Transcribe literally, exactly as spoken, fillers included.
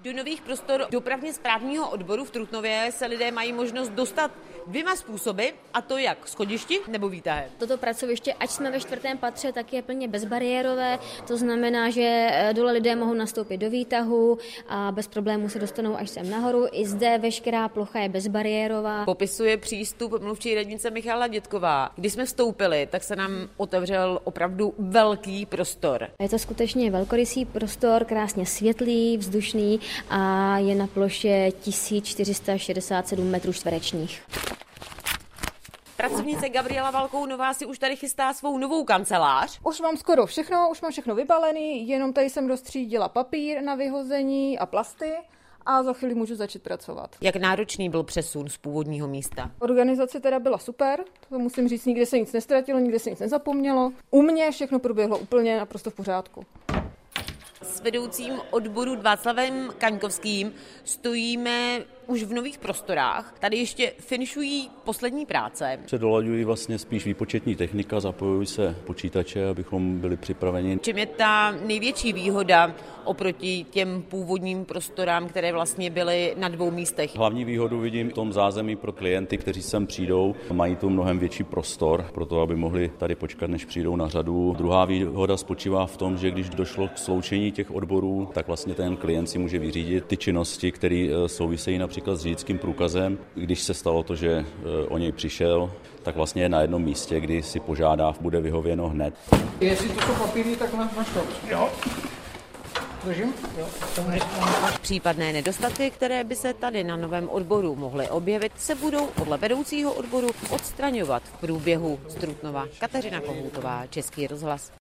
Do nových prostor dopravně správního odboru v Trutnově se lidé mají možnost dostat dvěma způsoby, a to jak schodišti nebo výtahem. Toto pracoviště, ať jsme ve čtvrtém patře, tak je plně bezbariérové. To znamená, že dole lidé mohou nastoupit do výtahu a bez problémů se dostanou až sem nahoru. I zde veškerá plocha je bezbariérová. Popisuje přístup mluvčí radnice Michála Dětková. Když jsme vstoupili, tak se nám otevřel opravdu velký prostor. Je to skutečně velkorysý prostor, krásně světlý, vzdušný a je na ploše tisíc čtyři sta šedesát sedm metrů čtverečních. Pracovnice Gabriela Valkounová si už tady chystá svou novou kancelář. Už mám skoro všechno, už mám všechno vybalený, jenom tady jsem dostřídila papír na vyhození a plasty a za chvíli můžu začít pracovat. Jak náročný byl přesun z původního místa? Organizace teda byla super, to musím říct, nikde se nic nestratilo, nikde se nic nezapomnělo. U mě všechno proběhlo úplně naprosto v pořádku. S vedoucím odboru Václavem Kaňkovským stojíme už v nových prostorách. Tady ještě finišují poslední práce. Se dolaďují vlastně spíš výpočetní technika, zapojují se počítače, abychom byli připraveni. Čím je ta největší výhoda oproti těm původním prostorám, které vlastně byly na dvou místech? Hlavní výhodu vidím v tom zázemí pro klienty, kteří sem přijdou. Mají tu mnohem větší prostor pro to, aby mohli tady počkat, než přijdou na řadu. Druhá výhoda spočívá v tom, že když došlo k sloučení těch odborů, tak vlastně ten klient si může vyřídit ty činnosti, které souvisejí například s řidičským průkazem. Když se stalo to, že o něj přišel, tak vlastně je na jednom místě, kdy si požádá, bude vyhověno hned. Jestli to jsou papíry, tak máš to. Jo. Držím? Jo. Případné nedostatky, které by se tady na novém odboru mohly objevit, se budou podle vedoucího odboru odstraňovat v průběhu z Trutnova. Kateřina Kohoutová, Český rozhlas.